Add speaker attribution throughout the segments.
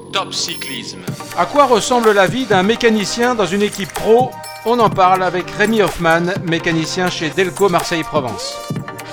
Speaker 1: Top Cyclisme.
Speaker 2: À quoi ressemble la vie d'un mécanicien dans une équipe pro? On en parle avec Rémi Hoffman, mécanicien chez Delco Marseille-Provence.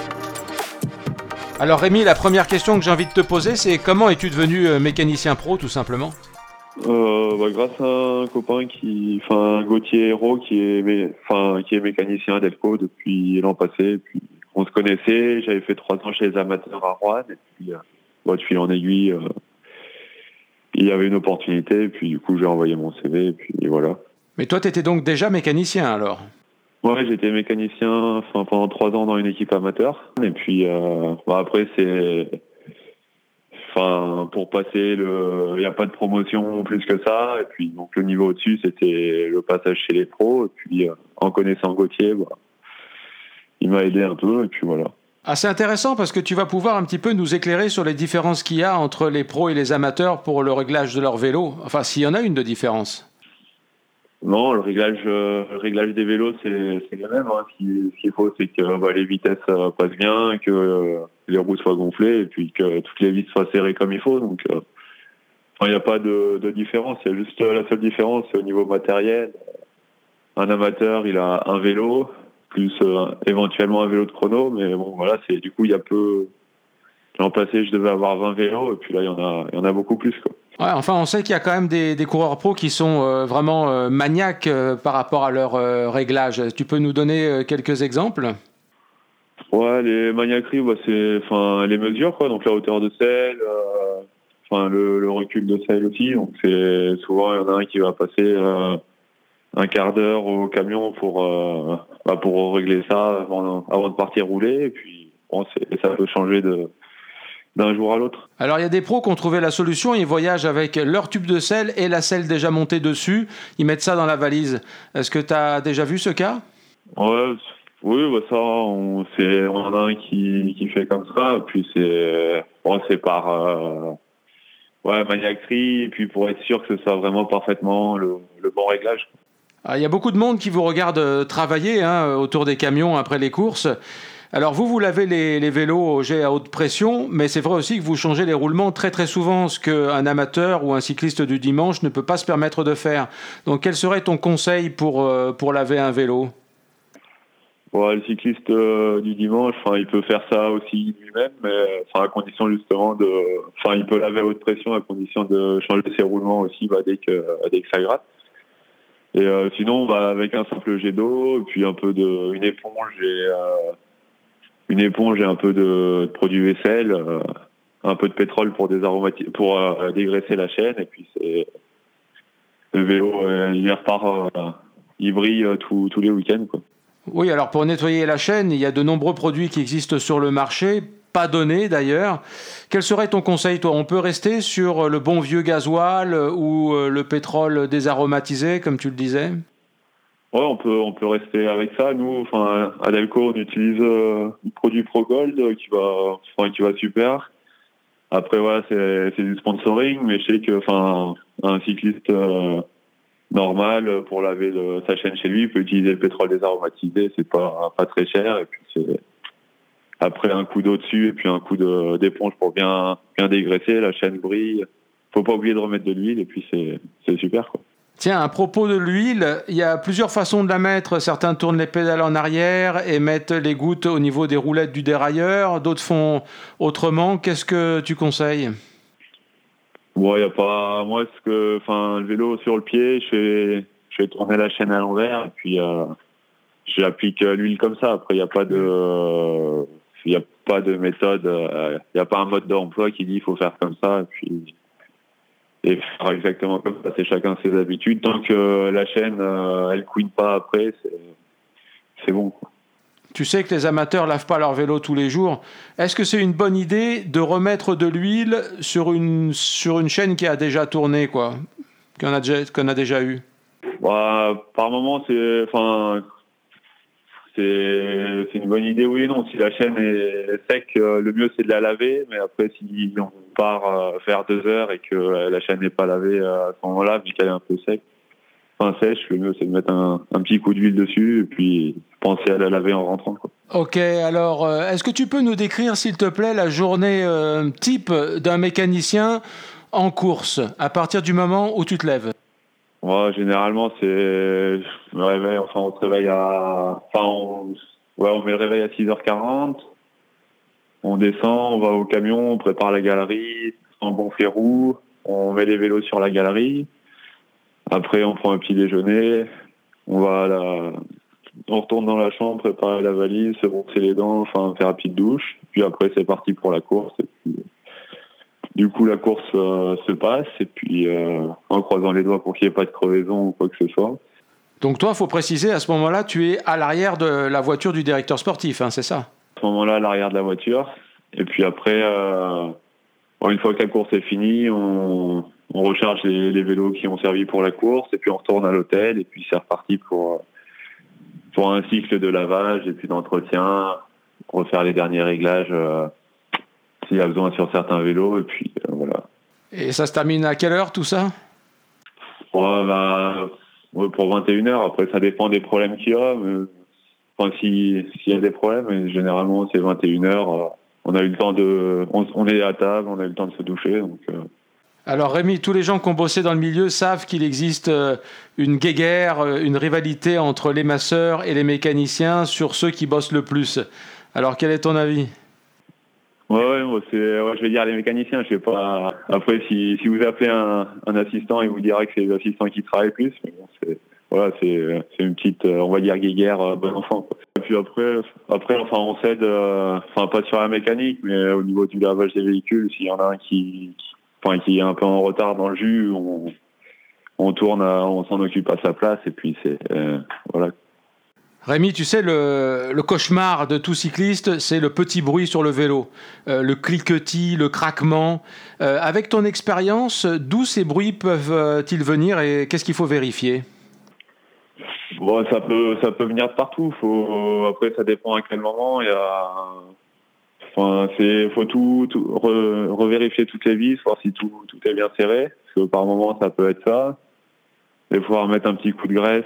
Speaker 2: Alors Rémi, la première question que j'ai envie de te poser, c'est comment es-tu devenu mécanicien pro tout simplement?
Speaker 3: Grâce à un copain Gauthier Hérault, qui est mécanicien à Delco depuis l'an passé. Et puis on se connaissait, j'avais fait 3 ans chez les amateurs à Roanne, et puis de fil en aiguille, il y avait une opportunité, et puis du coup j'ai envoyé mon CV, et puis voilà.
Speaker 2: Mais toi, tu étais donc déjà mécanicien alors?
Speaker 3: Ouais, j'étais mécanicien pendant 3 ans dans une équipe amateur, et puis après pour passer il n'y a pas de promotion plus que ça, et puis donc le niveau au-dessus c'était le passage chez les pros, et puis en connaissant Gauthier, il m'a aidé un peu, et puis voilà.
Speaker 2: Ah, c'est intéressant parce que tu vas pouvoir un petit peu nous éclairer sur les différences qu'il y a entre les pros et les amateurs pour le réglage de leur vélo. Enfin, s'il y en a une de différence.
Speaker 3: Non, le réglage des vélos, c'est le même. Hein. Ce qu'il faut, c'est que les vitesses passent bien, que les roues soient gonflées, et puis que toutes les vis soient serrées comme il faut. Donc, il n'y a pas de différence. Il y a juste la seule différence, c'est au niveau matériel. Un amateur, il a un vélo, plus éventuellement un vélo de chrono, mais bon, voilà, du coup, il y a peu. L'an passé, je devais avoir 20 vélos, et puis là, il y en a beaucoup plus, quoi.
Speaker 2: Ouais, enfin, on sait qu'il y a quand même des coureurs pros qui sont vraiment maniaques par rapport à leur réglage. Tu peux nous donner quelques exemples?
Speaker 3: Ouais, les maniaqueries, c'est les mesures, quoi. Donc la hauteur de selle, le recul de selle aussi. Donc c'est souvent il y en a un qui va passer un quart d'heure au camion pour régler ça avant de partir rouler. Et puis ça peut changer d'un jour à l'autre.
Speaker 2: Alors il y a des pros qui ont trouvé la solution, ils voyagent avec leur tube de selle et la selle déjà montée dessus, ils mettent ça dans la valise. Est-ce que tu as déjà vu ce cas?
Speaker 3: Ouais, oui, ça, on en a un qui fait comme ça, puis c'est par maniaquerie, et puis pour être sûr que ce soit vraiment parfaitement le bon réglage.
Speaker 2: Il y a beaucoup de monde qui vous regarde travailler autour des camions après les courses. Alors vous lavez les vélos au jet à haute pression, mais c'est vrai aussi que vous changez les roulements très très souvent, ce qu'un amateur ou un cycliste du dimanche ne peut pas se permettre de faire. Donc quel serait ton conseil pour laver un vélo?
Speaker 3: Ouais, le cycliste du dimanche, il peut faire ça aussi lui-même, mais à condition justement il peut laver à haute pression à condition de changer ses roulements aussi dès que ça gratte. Et sinon, avec un simple jet d'eau, et puis une éponge et un peu de produit vaisselle, un peu de pétrole pour dégraisser la chaîne, et puis le vélo, il repart, il brille tous les week-ends, quoi.
Speaker 2: Oui, alors pour nettoyer la chaîne, il y a de nombreux produits qui existent sur le marché, pas donnés d'ailleurs. Quel serait ton conseil, toi? On peut rester sur le bon vieux gasoil ou le pétrole désaromatisé, comme tu le disais?
Speaker 3: Ouais, on peut rester avec ça. Nous, à Delco, on utilise le produit ProGold qui va super. Après, ouais, c'est du sponsoring, mais je sais que, un cycliste normal pour laver sa chaîne chez lui peut utiliser le pétrole désaromatisé. C'est pas très cher. Et puis c'est après un coup d'eau dessus et puis un coup d'éponge pour bien dégraisser. La chaîne brille. Faut pas oublier de remettre de l'huile et puis c'est super, quoi.
Speaker 2: Tiens, à propos de l'huile, il y a plusieurs façons de la mettre. Certains tournent les pédales en arrière et mettent les gouttes au niveau des roulettes du dérailleur. D'autres font autrement. Qu'est-ce que tu conseilles?
Speaker 3: Bon, y a pas. Moi, le vélo sur le pied, je fais tourner la chaîne à l'envers et puis j'applique l'huile comme ça. Après, il y a pas de méthode. Il y a pas un mode d'emploi qui dit il faut faire comme ça et faire exactement comme ça. C'est chacun ses habitudes. Tant que la chaîne elle couine pas après, c'est bon, quoi.
Speaker 2: Tu sais que les amateurs lavent pas leur vélo tous les jours. Est-ce que c'est une bonne idée de remettre de l'huile sur une chaîne qui a déjà tourné, quoi, qu'on a déjà eu?
Speaker 3: Par moment, c'est une bonne idée, oui et non. Si la chaîne est sec, le mieux c'est de la laver. Mais après, si on part faire 2 heures et que la chaîne n'est pas lavée à ce moment-là, vu qu'elle est un peu sèche, le mieux c'est de mettre un petit coup d'huile dessus et puis penser à la laver en rentrant, quoi.
Speaker 2: Ok, alors est-ce que tu peux nous décrire, s'il te plaît, la journée type d'un mécanicien en course, à partir du moment où tu te lèves?
Speaker 3: Ouais, généralement, je me réveille, enfin, on se réveille on met le réveil à 6h40. On descend, on va au camion, on prépare la galerie, en bon roux, on met les vélos sur la galerie. Après, on prend un petit déjeuner, on retourne dans la chambre, préparer la valise, se brosser les dents, enfin, faire une petite douche. Puis après, c'est parti pour la course. Et puis, du coup, la course se passe, et puis en croisant les doigts pour qu'il n'y ait pas de crevaison ou quoi que ce soit.
Speaker 2: Donc toi, il faut préciser, à ce moment-là, tu es à l'arrière de la voiture du directeur sportif, hein, c'est ça?
Speaker 3: À ce moment-là, à l'arrière de la voiture. Et puis après, une fois que la course est finie, on recharge les vélos qui ont servi pour la course, et puis on retourne à l'hôtel, et puis c'est reparti pour un cycle de lavage et puis d'entretien, refaire les derniers réglages s'il y a besoin sur certains vélos, et puis voilà.
Speaker 2: Et ça se termine à quelle heure tout ça?
Speaker 3: Pour 21h, après ça dépend des problèmes qu'il y a, mais enfin, s'il y a des problèmes, mais généralement c'est 21h, on a eu le temps on est à table, on a eu le temps de se doucher, donc...
Speaker 2: Alors Rémi, tous les gens qui ont bossé dans le milieu savent qu'il existe une guéguerre, une rivalité entre les masseurs et les mécaniciens sur ceux qui bossent le plus. Alors quel est ton avis?
Speaker 3: Je vais dire les mécaniciens, je sais pas. Après, si vous appelez un assistant, il vous dira que c'est les assistants qui travaillent plus. Mais bon, c'est une petite, on va dire guéguerre bon enfant, quoi. Et puis après, enfin, on s'aide, pas sur la mécanique, mais au niveau du lavage des véhicules, s'il y en a un qui est un peu en retard dans le jus, on tourne, on s'en occupe à sa place, et puis voilà.
Speaker 2: Rémi, tu sais, le cauchemar de tout cycliste, c'est le petit bruit sur le vélo, le cliquetis, le craquement. Avec ton expérience, d'où ces bruits peuvent-ils venir et qu'est-ce qu'il faut vérifier?
Speaker 3: Bon, ça peut venir de partout. Après, ça dépend à quel moment. Faut tout revérifier toutes les vis, voir si tout est bien serré. Parce que par moment, ça peut être ça. Et pouvoir mettre un petit coup de graisse,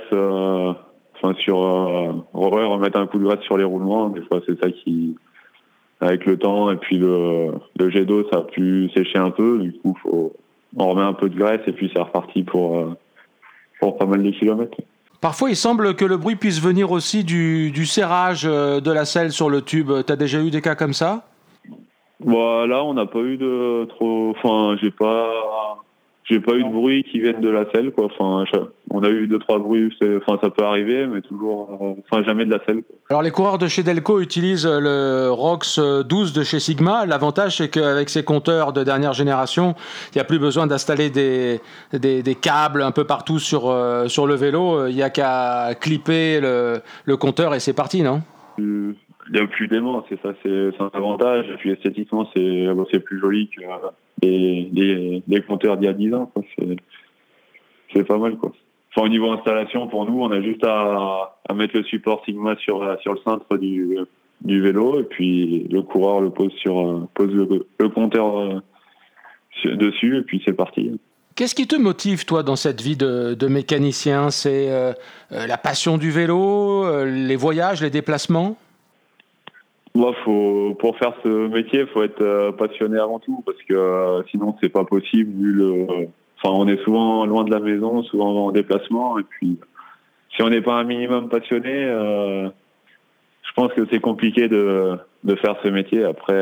Speaker 3: remettre un coup de graisse sur les roulements. Des fois, c'est ça qui, avec le temps, et puis le jet d'eau, ça a pu sécher un peu. Du coup, on remet un peu de graisse, et puis c'est reparti pour pas mal de kilomètres.
Speaker 2: Parfois, il semble que le bruit puisse venir aussi du serrage de la selle sur le tube. Tu as déjà eu des cas comme ça?
Speaker 3: Bon, là, on n'a pas eu de trop... Enfin, j'ai pas eu de bruit qui vienne de la selle, quoi. Enfin, on a eu 2-3 bruits, ça peut arriver, mais toujours... jamais de la selle, quoi.
Speaker 2: Alors, les coureurs de chez Delco utilisent le ROX 12 de chez Sigma. L'avantage, c'est qu'avec ces compteurs de dernière génération, il n'y a plus besoin d'installer des câbles un peu partout sur le vélo. Il n'y a qu'à clipper le compteur et c'est parti, non?
Speaker 3: Il n'y a plus d'aimant, c'est ça, c'est un avantage. Et puis esthétiquement, c'est plus joli que les compteurs d'il y a 10 ans, quoi. C'est pas mal, quoi. Enfin, au niveau installation, pour nous, on a juste à mettre le support Sigma sur le cintre du vélo, et puis le coureur le pose le compteur dessus, et puis c'est parti.
Speaker 2: Qu'est-ce qui te motive, toi, dans cette vie de mécanicien? C'est la passion du vélo, les voyages, les déplacements?
Speaker 3: Moi, pour faire ce métier, faut être passionné avant tout, parce que sinon, c'est pas possible. On est souvent loin de la maison, souvent en déplacement, et puis si on n'est pas un minimum passionné, je pense que c'est compliqué de faire ce métier. Après,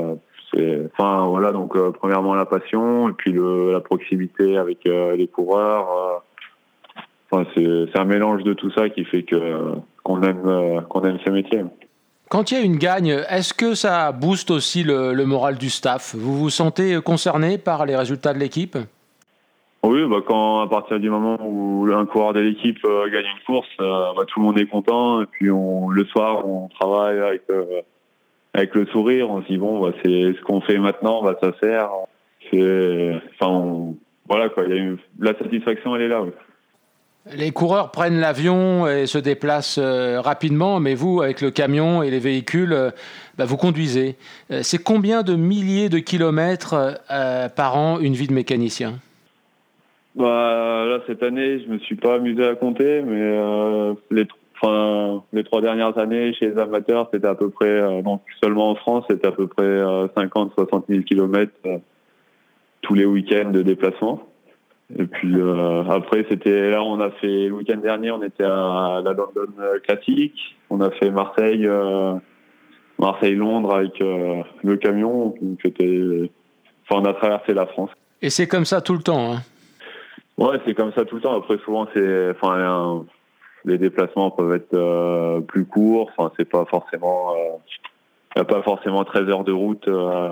Speaker 3: donc premièrement la passion, et puis la proximité avec les coureurs. C'est un mélange de tout ça qui fait qu'on aime ce métier.
Speaker 2: Quand il y a une gagne, est-ce que ça booste aussi le moral du staff? Vous vous sentez concerné par les résultats de l'équipe?
Speaker 3: Oui, à partir du moment où un coureur de l'équipe gagne une course, tout le monde est content. Et puis le soir, on travaille avec le sourire. On se dit c'est ce qu'on fait maintenant, ça sert. Voilà quoi. La satisfaction, elle est là. Oui.
Speaker 2: Les coureurs prennent l'avion et se déplacent rapidement, mais vous, avec le camion et les véhicules, vous conduisez. C'est combien de milliers de kilomètres par an une vie de mécanicien?
Speaker 3: Là, cette année, je me suis pas amusé à compter, mais les 3 dernières années chez les amateurs, c'était à peu près, donc seulement en France, c'était à peu près 50-60 000 kilomètres tous les week-ends de déplacement. Et puis après, c'était là, on a fait le week-end dernier, on était à la London Classic. On a fait Marseille-Londres avec le camion. Donc on a traversé la France.
Speaker 2: Et c'est comme ça tout le temps, hein?
Speaker 3: Ouais, c'est comme ça tout le temps. Après, souvent, les déplacements peuvent être plus courts. Enfin, c'est pas forcément, y a pas forcément 13 heures de route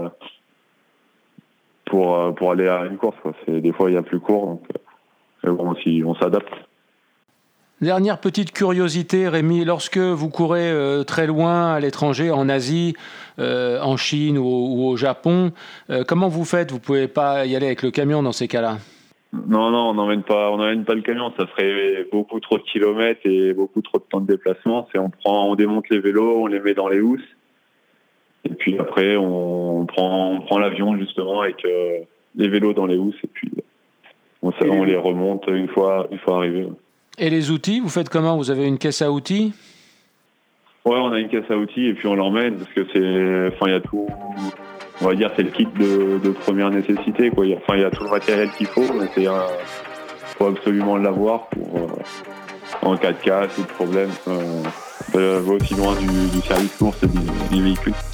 Speaker 3: pour aller à une course, quoi. Des fois, il y a plus court. Donc, bon, on s'adapte.
Speaker 2: Dernière petite curiosité, Rémi, lorsque vous courez très loin à l'étranger, en Asie, en Chine ou au Japon, comment vous faites? Vous pouvez pas y aller avec le camion dans ces cas-là?
Speaker 3: Non, on n'emmène pas le camion. Ça ferait beaucoup trop de kilomètres et beaucoup trop de temps de déplacement. On démonte les vélos, on les met dans les housses. Et puis après, on prend l'avion justement avec les vélos dans les housses et puis on les remonte une fois arrivés.
Speaker 2: Et les outils, vous faites comment? Vous avez une caisse à outils?
Speaker 3: Ouais, on a une caisse à outils et puis on l'emmène parce que il y a tout. On va dire c'est le kit de première nécessité, quoi. Il y a tout le matériel qu'il faut, mais faut absolument l'avoir en cas de casse ou de problème, va aussi loin du service course et du véhicule.